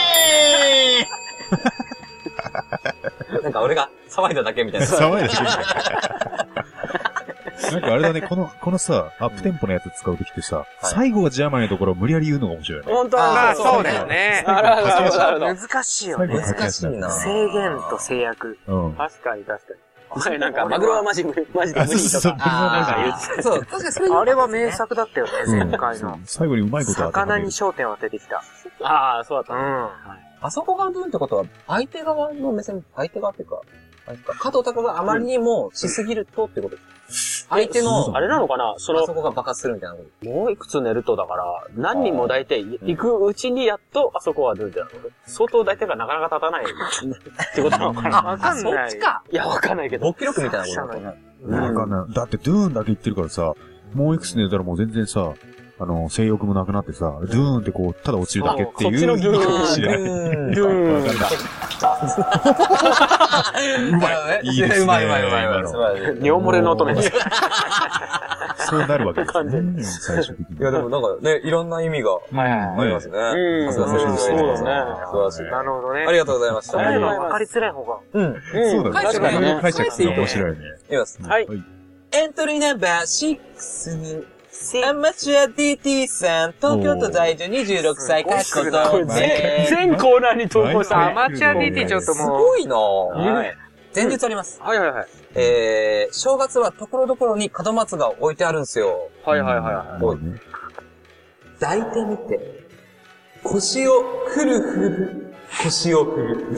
デーンなんか俺が騒いだだけみたいな。 騒いだだけみたいな。なんかあれだね、このさ、アップテンポのやつ使うときってさ、最後がジャーマンのところを無理やり言うのが面白いよね。 本当はそうだよね。難しいよね。 難しいな。 制限と制約。 確かに。前なんか、マグロはマジで無理とか。 そう、確かにそれあれは名作だったよね、前回の。 最後にうまいこと魚に焦点を当ててきた。 ああ、そうだった。 あそこがドゥンってことは、相手側の目線、相手側っていうか、加藤隆があまりにもしすぎるとってこと相手の、 あれなのかなあそこが爆発するみたいなこと。 もういくつ寝るとだから、何人も抱いて行くうちにやっとあそこはドゥンってなるの。相当抱いてがなかなか立たないってことなのかなわかんない。 そっちか。 いや、わかんないけど。 勃起力みたいなことなのかな。わかんない。だってドゥーンだけ言ってるからさ、もういくつ寝たらもう全然さ、性欲もなくなってさ、ドゥーンってこう、ただ落ちるだけっていう。 そっちのドゥーン。 ドゥーン。 うまい。いいですね。 うまい。 尿漏れの音ね。 そうなるわけですね。最終的に。 いやでもなんかね、いろんな意味がありますね。 そうだね。 素晴らしい。 なるほどね。 ありがとうございました。 わかりづらい方が。 そうだね。 確かにね。 解釈して面白いね。 いきます。 はい。 エントリーナンバー6。アマチュア DT さん、東京都在住26歳、かっこと全コーナーに投稿したアマチュア DT ちょっともう。 すごいなぁ。前日あります。正月はところどころに門松が置いてあるんですよ。 抱いてみて、腰をふるふる、腰を振る。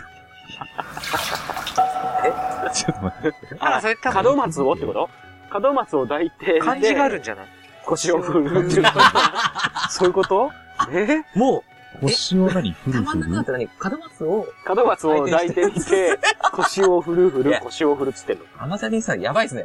ちょっと待って。 それ多分門松をってこと？門松を抱いて、 漢字があるんじゃない？ 腰を振るっていうことそういうこと？ も腰を何振う、 る振るたまんなくなって何門松を、 門松を抱いてみて、腰を振る振る、腰を振るっつってんの。 アマチャリンさんやばいっすね。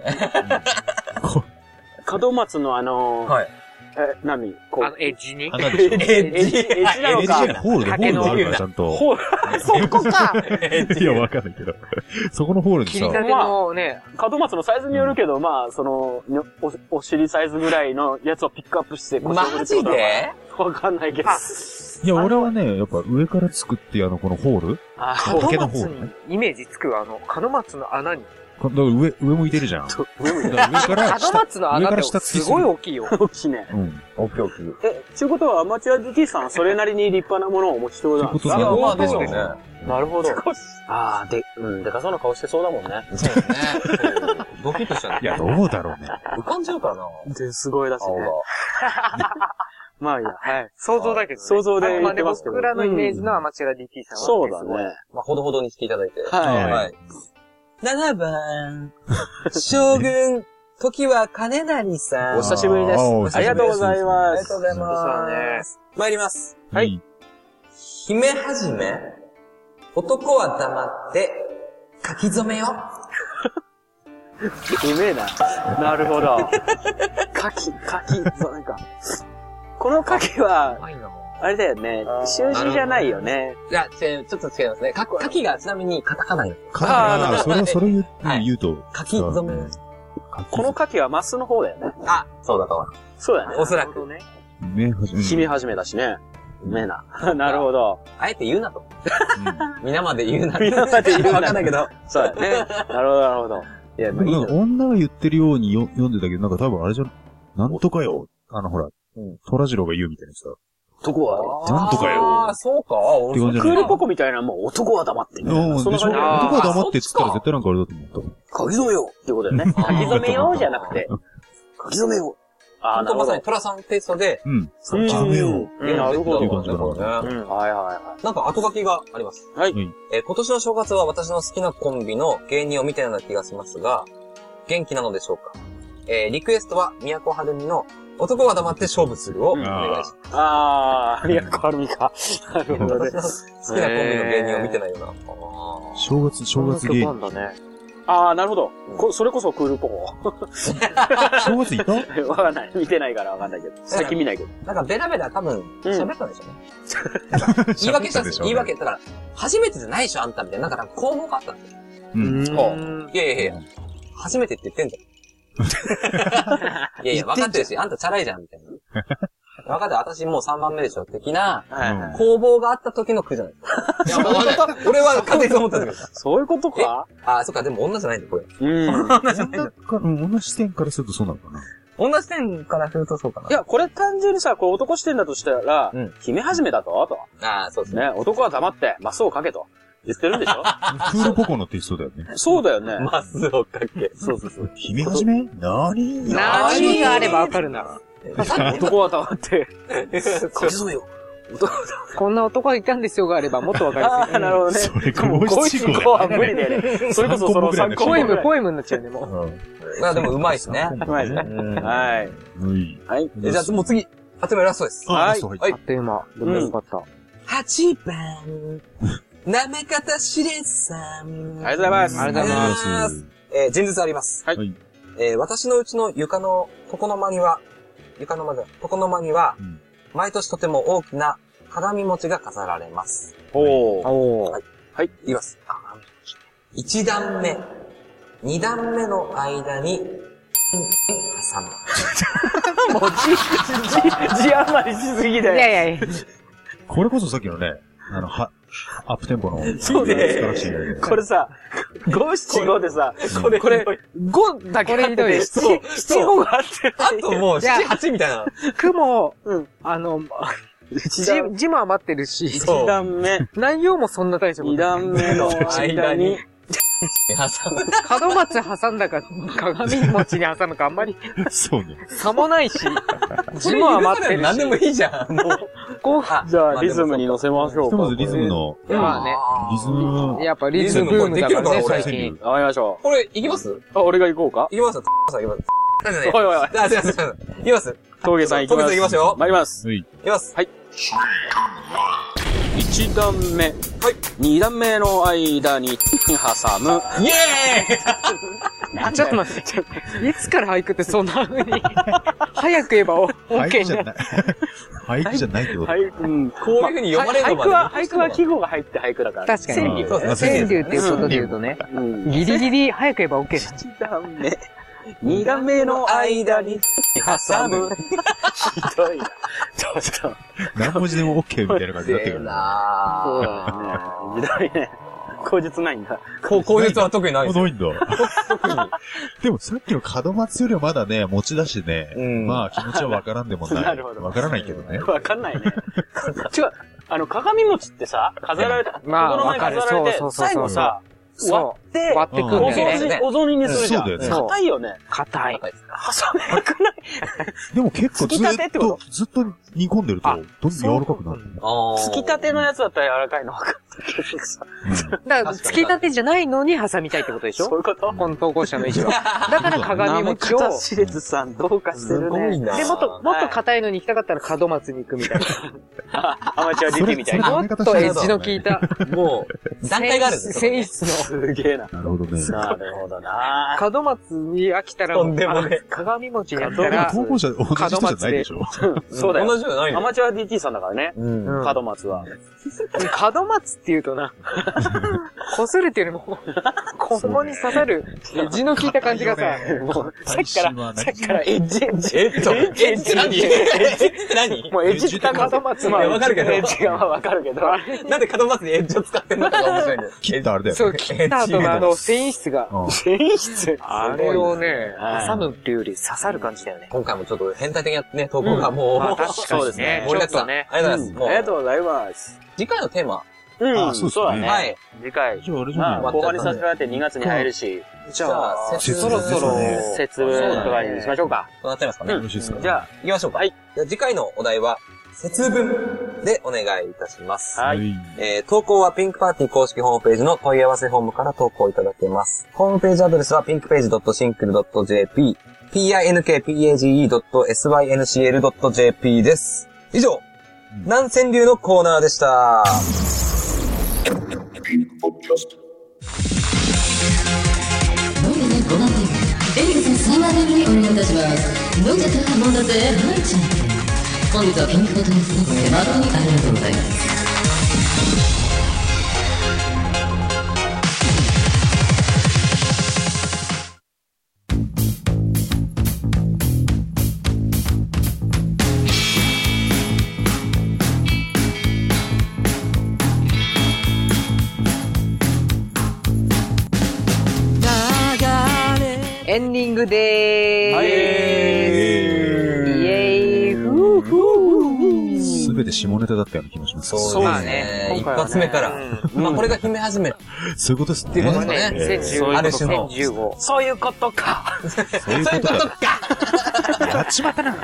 門松のはい。 何こう。 エッジに穴でしょ。 エッジなのか。 ホールがあるからちゃんと。 ホール、そこかいや、わかんないけど。そこのホールにさ。 切り立てのね、 門松のサイズによるけど、まあ、お尻サイズぐらいのやつをピックアップして腰を振るマってことジでわかんないけど。 いや、俺はね、やっぱ上から作ってこのホール竹のホールね。 イメージつくわ、門松の穴に。 だから上向いてるじゃん。上から門松の穴ってすごい大きいよ。 大きいね。 うん。 大きい大きい。 ちゅうことはアマチュア DT さんそれなりに立派なものをお持ちってことなんですか？ ってことまあ、でしょうね。 なるほど。でかそうな顔してそうだもんね。 そうですね。ドキッとしちゃう。 いや、どうだろうね。 浮かんじゃうからな。 すごいだしね。まあいいや、はい。 想像だけどね。 想像で言ってますけど。 僕らのイメージのアマチュア DT さんは。 そうだね。 まあ、ほどほどにしていただいて。 はい。 7番、将軍、時は金成さん。 お久しぶりです。ありがとうございます。 ありがとうございます。参ります。 はい。 姫はじめ、男は黙って、書き初めよ。 うめえな。なるほど。そうなんか。この書きは、あれだよね。習字じゃないよね。 いや、ちょっと違いますね。書きがちなみにカタカナよ。 それ言うと。 書き初め。 この書きはマスの方だよね。 あ、そうだと思う。 そうだよね。 おそらく。 姫はじめだしね。うめえな。なるほど。 あえて言うなと。皆まで言うな。 皆まで言うな。 わかんないけど。 そうだね。なるほど、なるほど。 いや、女が言ってるように読んでたけど、なんか多分あれじゃ、なんとかよ。ほら、虎次郎が言うみたいなさ。 男は、 なんとかよ。 ああ、そうか。 クールポコみたいな、もう男は黙ってみたいな。 そんな感じ。男は黙ってって言ったら絶対なんかあれだと思った。 書き初めよってことだよね。書き初めよじゃなくて、書き初めよ。 ああ、なるほど。まさにトラさんテイストで、 書き初めよ。 なるほど。 っていう感じかな。 はいはいはい。 なんか後書きがあります。 はい。 今年の正月は私の好きなコンビの芸人を見たような気がしますが、元気なのでしょうか？リクエストは、都はるみの男は黙って勝負するをお願いします。 あー、都はるみか。なるほどね。 好きなコンビの芸人を見てないような。 正月芸人。 あー、なるほど。それこそクールポコ。 正月いた？ わかんない。見てないからわかんないけど。最近見ないけど。 なんかベラベラ多分喋ったんでしょうね。言い訳したんですよ。言い訳。だから、初めてじゃないでしょ、あんたみたいな。なんか攻防があったんですよ。いや。初めてって言ってんじゃん。いやいや、分かってるし、あんたチャラいじゃん、みたいな。分かってる、私もう3番目でしょ、的な、攻防があった時の句じゃない。いや、俺は勝手に思ったんだけど。 そういうことか？ あ、そっか、でも女じゃないんだ、これ。 女じゃないんだ。女視点からするとそうなのかな。 女視点からするとそうかな。 いや、これ単純にさ、こう男視点だとしたら、姫始めだと、と。 ああ、そうですね。 男は黙って、マスをかけと。言ってるんでしょ？ クールポコのテイストだよね。 そうだよね。 マスをかけ。 そう。 姫はじめ？何があればわかるな。 男は黙って。書き初めよ。 こんな男がいたんですよがあればもっとわかりますね。なるほどね。 それ5 七五は無理だよね。それこそその3個目。 ポエムになっちゃうね、もう。 まあでもうまいですね。 うまいですね。はい。 はい。じゃあもう次、あっという間ラストです。 はい。 あっという間。でもよかった。 8番、なめかたしれさん。 ありがとうございます。 ありがとうございます。 前日あります。 はい。 私のうちの床の床の間には、毎年とても大きな鏡餅が飾られます。はい。言います。1段目、2段目の間に、挟む。 もう字余りしすぎだよ。 いや。 これこそさっきのね、アップテンポの。 そうね。これさ、575でさ、これ5だけあってて、7、5があってあともう7、8みたいな。 雲、字も余ってるし、 1段目。 内容もそんな大丈夫。 2段目の間に、 挟む。 門松挟んだか、鏡餅に挟むかあんまり、 そうね。 差もないし、字も余ってるし。 何でもいいじゃん。もう。 こう、 じゃあ、リズムに乗せましょうか。 ひとまずリズムの、 まあね。 リズム、 やっぱリズムブームだからね、最近。 わかりましょう。 これ、行きます？ あ、俺が行こうか？ 行きます。行きます。 おいおいおい。 あ、すいません。行きます。 峠さん行きます。 峠さん行きますよ。 参ります。 はい。 行きます。 はい。1段目。 はい。 2段目の間に挟む。 イエーイちょっと待って、いつから俳句ってそんな風に、早く言えば OK になる。 俳句じゃないってこと。 はい、うん。 こういう風に読まれるのまで。 俳句は季語が入って俳句だから。 確かに。 川柳。 川柳っていうことで言うとね、ギリギリ早く言えば OK だ。 1段目。2段目の間に挟む。ひどいな。ちょっと。 何文字でも OK みたいな感じになってくる。 そうだね。ひどいね。口実ないんだ。 口実は特にないです。 ないんだ。でもさっきの門松よりはまだね、持ち出してね、まあ気持ちはわからんでもない。 なるほど。 わからないけどね。 わかんないね。違う。鏡餅ってさ、飾られた、 まあ、 子供に飾られて、最後さ、割ってくんだよね。お雑煮にするじゃん。 そうだよね。 硬いよね。 硬い。 挟めなくない？ でも結構ずっと煮込んでると、どんどん柔らかくなる。 つきたてのやつだったら柔らかいの分かったけどさ。 だから、つきたてじゃないのに挟みたいってことでしょ？ そういうこと？ この投稿者の意思は。だから鏡餅を。 しれずさん、どうかしてるね。 で、もっと硬いのに行きたかったら門松に行くみたいな。 アマチュア DT みたいな。 もっとエッジの効いた。 もう、段階があるんですよ。 繊維質の。 すげえな。 なるほどね。 なるほどな。 門松に飽きたら、鏡餅に飽きたら、 投稿者同じ人じゃないでしょ？ そうだよ。 同じじゃないの？ アマチュア DT さんだからね。門松は。 門松って言うとな、こするっていうよりも、肛門に刺さる、エッジの効いた感じがさ、もう、さっきからエッジ。 エッジ何？ もうエッジ使う門松もわかるけど。 エッジがわかるけど。 なんで門松にエッジを使ってんのかが面白いんだよ。 切ったあれだよ。 そう、切った後の繊維質が。 繊維質？ あれをね、挟むっていうより刺さる感じだよね。 今回もちょっと変態的なね、投稿がもう、 確かにね。 盛りだくさん。ありがとうございます。 ありがとうございます。 次回のテーマ。 そうだね。はい。次回。 じゃああれじゃ後半に差し掛かって2月に入るし。 じゃあ、 そろそろ、 節分とかにしましょうか。 そうなっちゃいますかね。 よろしいですか？ じゃあ、行きましょうか。はい。次回のお題は、節分でお願いいたします。 はい。 投稿はピンクパーティー公式ホームページの問い合わせフォームから投稿いただけます。ホームページアドレスは pinkpage.syncl.jp pinkpage.syncl.jp です。以上、南川流のコーナーでした。 飲んでね、ごまんで。エリカさん3万円にお願いいたします。飲んじゃったもんだぜ、はいちゃん。本日はピンクボトルスナック誠にありがとうございます。 エンディングでーす。イエーイ、ふーふー。 すべて下ネタだったような気もします。 そうですね。一発目から。まあこれが姫始め。 そういうことですね。 っていうことですね。ある種の。 そういうことか。 そういうことか。やっちまったな。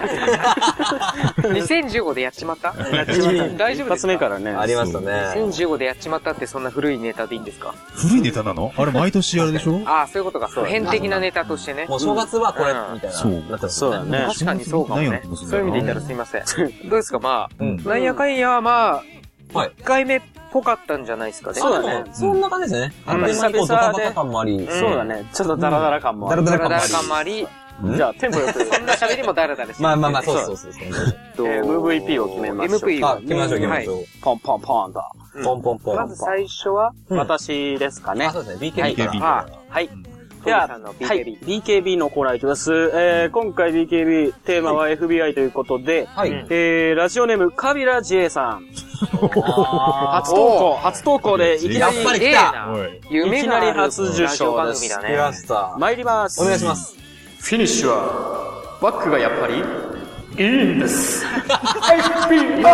2015でやっちまった大丈夫ですか？ 一発目からね。 ありましたね。 2015でやっちまったってそんな古いネタでいいんですか？ 古いネタなの？あれ毎年あれでしょ？ ああ、そういうことか。普遍的なネタとしてね。 もう正月はこれ、みたいな。 そう。 そうだね。 確かにそうかもね。そういう意味で言ったらすいません。どうですか？まあ、なんやかんや、まあ、1回目っぽかったんじゃないですかね。 そうだね。そんな感じですね。あんまりドタバタ感もあり。 そうだね。ちょっとダラダラ感もあり。 ダラダラ感もあり。 じゃあ、テンポよく。 そんな喋りもダラダラして。 まあ、そう。 MVP を決めましょう。 MVP を。 決めましょう。 ポンポンポンと。 ポンポンポン。 まず最初は、 私ですかね。 そうですね。BKB。 はい。では、BKB のコーナーいきます。今回 BKB テーマは FBI ということで、ラジオネームカビラジエさん。初投稿でいきなり、 やっぱり来た。 いきなり初受賞です。 来ました。 参ります。 お願いします。 フィニッシュは、バックがやっぱり、いいんです。FBI! ヒー好みだね、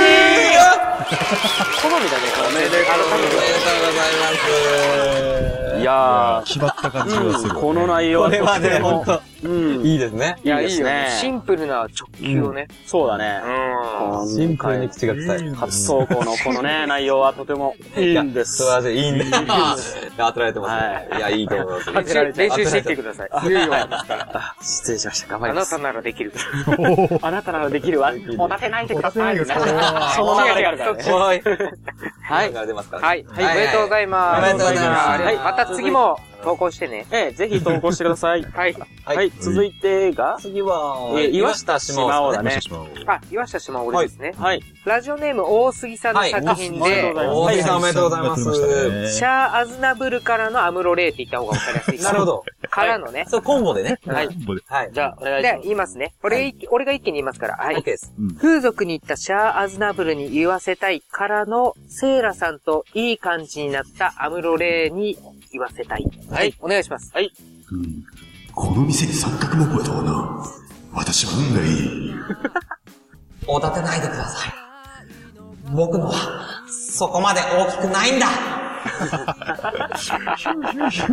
これね。 おめでとうございます。 いやー、 決まった感じがする。 この内容は。 これはね、ほんと。いいですね。 いや、いいよね。シンプルな直球をね。 そうだね。 シンプルに口が臭い。 初投稿のこのね、内容はとてもいいんです。 素晴らしい。いいんです。当てられてますね。いや、いいと思います。 練習していってください。強いわ。 失礼しました。頑張ります。 あなたならできる。 あなたならできるわ。おだてないでください。その流れがあるからね。 はい。 はい。はい。おめでとうございます。 おめでとうございます。 また次も投稿してね。 ぜひ投稿してください。はい。はい。続いてが次は、 岩下島尾だね。 岩下島尾ですね。 はい。 ラジオネーム大杉さんの作品で、 大杉さんおめでとうございます。 シャア・アズナブルからのアムロレイって言った方がわかりやすい。 なるほど。 からのね。 そう、コンボでね。 はい。 はい。 じゃあ、お願いします。 で、言いますね。俺が一気に言いますから。はい。 OK です。 風俗に行ったシャア・アズナブルに言わせたいからの、セイラさんといい感じになったアムロレイに言わせたい。はい。お願いします。 はい。 この店に三角木馬とはな。私は運がいい。 おだてないでください。僕のは、そこまで大きくないんだ。 おめでとうございます。これがストーリーで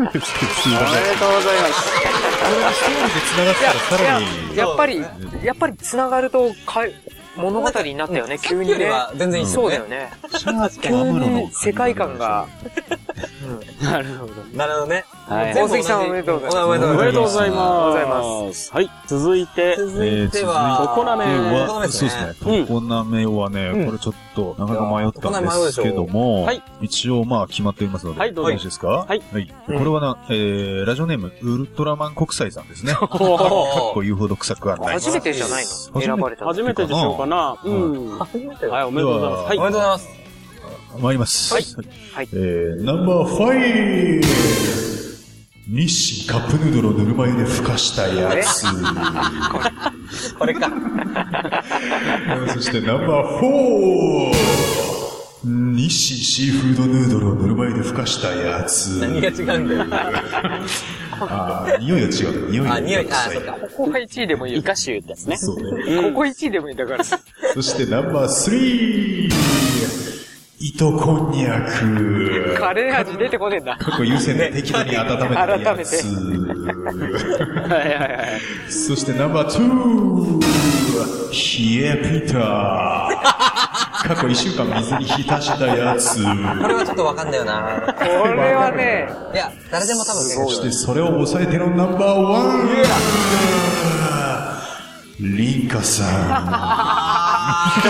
繋がったらさらに。 やっぱり繋がると、物語になったよね、急にね。 全然いいそうだよね。急に世界観が。 なるほど。 なるほどね。 大杉さんおめでとうございます。 おめでとうございます。はい。続いては、 常滑は、そうですね。常滑はね、これちょっと、なかなか迷ったんですけども、一応まあ決まっていますので、よろしいですか？はい。これはな、ラジオネーム、ウルトラマン国際さんですね。かっこ言うほど臭くはない。 初めてじゃないの？選ばれた。 初めてでしょうかな。はい、おめでとうございます。 はい、おめでとうございます。 参ります。 はい。 ナンバー5。日清カップヌードルをぬるま湯でふかしたやつ。 これか。 そしてナンバー4。日清シーフードヌードルをぬるま湯でふかしたやつ。 何が違うんだよ。 匂いが違う。匂いがそっか。 ここが1位でもいいよ。 イカ臭ってやつね。 そうね。 ここ1位でもいいんだから。 そしてナンバー3。糸こんにゃく。 カレー味出てこねえんだ。 過去優先で適度に温めたやつ。そしてナンバー2。冷えピタ。過去1週間水に浸したやつ。これはちょっとわかんないよな。 これはね。 いや、誰でも多分そしてそれを抑えてのナンバー1。リンカさん。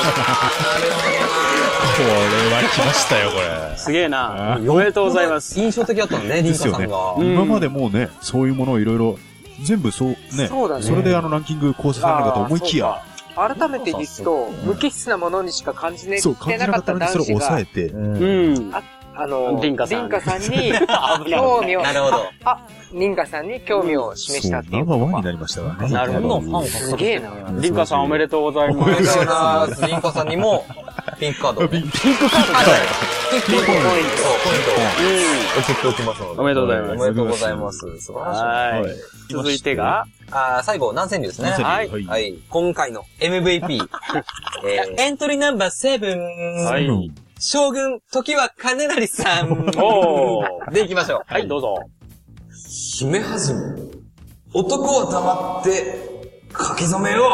これは来ましたよ、これ。 すげえな。おめでとうございます。 印象的だったのね、リンカさんが。 今までもうね、そういうものをいろいろ、全部そうね。 そうだね。 それでランキング構成されるかと思いきや。 改めて言うと、無機質なものにしか感じなかった男子が。 それを抑えて。 リンカさんに興味を、 なるほど。 リンカさんに興味を示したっていう。 ナンバー1になりましたからね。 なるほど。 すげえな。 リンカさんおめでとうございます。 おめでとうございます。リンカさんにも、ピンクカード。 ピンクカードピンクポイント。ポイント。送っておきますので。 おめでとうございます。 おめでとうございます。素晴らしい。 続いてが、 最後、南千流ですね。 はい。 はい。今回の MVP。エントリーナンバー7。はい。将軍、時は金成さん。で行きましょう。 はい、どうぞ。 姫はじめ、男は黙って、書き初めを。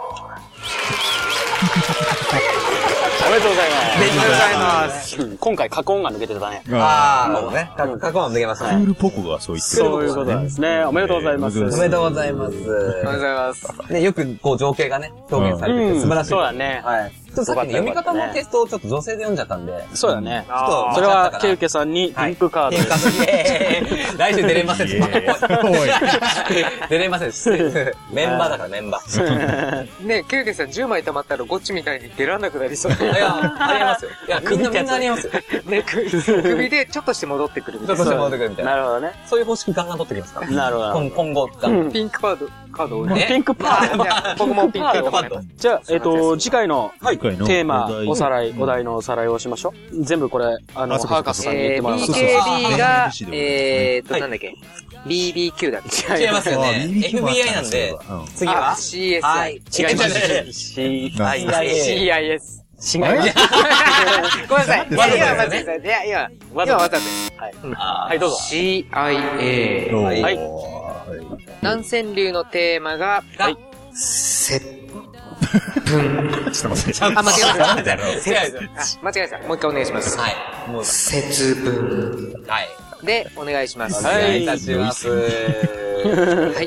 おめでとうございます。 おめでとうございます。 今回、過去音が抜けてたね。 なるほどね。過去音抜けましたね。 クールポコがそう言ってる。 そういうことですね。おめでとうございます。 おめでとうございます。おめでとうございます。ね、よく、情景がね、表現されてて素晴らしい。 そうだね。はい。 ちょっとさっきの読み方のテストをちょっと女性で読んじゃったんで。 そうだね。ちょっと、それは、ケウケさんにピンクカードです。 来週出れません。出れません。メンバーだからメンバー。 ね、ケウケさん10枚溜まったらゴッチみたいに出らんなくなりそう。 いや、ありますよ。いや、みんなありますよ。 ね、首でちょっとして戻ってくるみたいな。 ちょっとして戻ってくるみたいな。 なるほどね。 そういう方式ガンガン取ってきますから。 なるほど。 今後、 ピンクカードをね。ピンクパード。 僕もピンクカード。 じゃあ、次回のテーマ、お題のおさらいをしましょう。全部これ、ハーカスさんに言ってもらいます。 BKB が、なんだっけ ?BBQ だっけ違いますよね。FBI なんで、次は CSI。 違います。 CIS。 違います。 ごめんなさい。今わざです。 はい、どうぞ。 CIA。 はい。 南川流のテーマが、接分。 ちょっと待って。 間違えました。間違えました。もう一回お願いします。 はい。 節分。 はい。 で、お願いします。 お願いいたします。はい。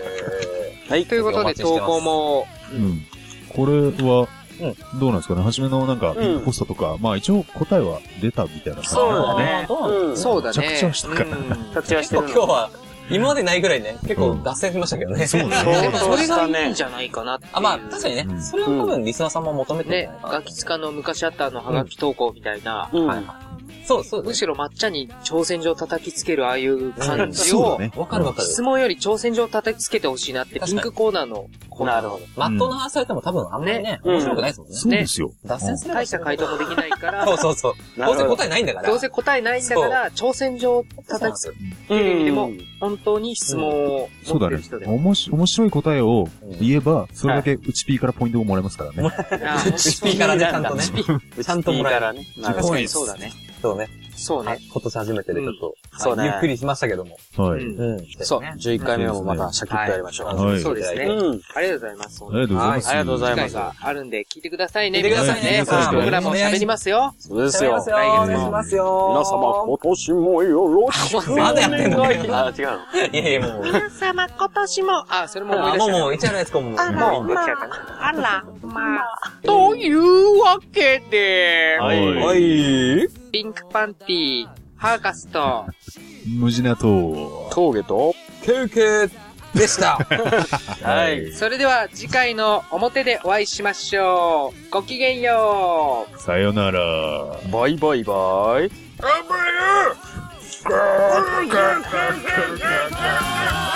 はい。ということで、投稿も、 これは、どうなんですかね。初めのなんか、ピンクポストとか、まあ一応答えは出たみたいな。 そうだね。 そうだね。 着地はしたかな。 着地はしてる。 今日は、今までないぐらいね、結構脱線しましたけどね。 そうだね。それがいいんじゃないかなっていう。 まあ、確かにね。それは多分リスナーさんも求めてる。 ね、ガキツカの昔あったハガキ投稿みたいな。 そう。 むしろ抹茶に挑戦状叩きつけるああいう感じを、 わかる。 質問より挑戦状叩きつけてほしいなって、ピンクコーナーの。 なるほど。 まっとうな話されても多分あんまりね、面白くないですもんね。 そうですよ。 脱線すれば大した回答もできないから。 そう。どうせ答えないんだから。 どうせ答えないんだから、挑戦状叩きつける意味でも、本当に質問を持ってる人で。 面白い答えを言えば、それだけ内ピーからポイントをもらえますからね。 内ピーからね、ちゃんとね。 ちゃんともらえるね。 そうだね。 そうね。今年初めてでちょっと、 そうね。 ゆっくりしましたけども。 はい。 そう。11回目もまたシャキッとやりましょう。 はい。 そうですね。ありがとうございます。 ありがとうございます。 ありがとうございます。 機会があるんで聞いてくださいね。 聞いてくださいね。 僕らも喋りますよ。 そうですよ。 お願いしますよ。 皆様、今年もよろしく。 まだやってんの？ あ、違うの。 いやもう。 皆様、今年も、 それも思い出した。 もう、一応のやつかも。 あら、まあ。 というわけで、 はい。 ピンクパンティ、ハーカスと、 ムジナと、 峠と、 ケウケでした。 はい。 それでは次回の表でお会いしましょう。ごきげんよう。 さよなら。 バイバイバイ。 頑張れよ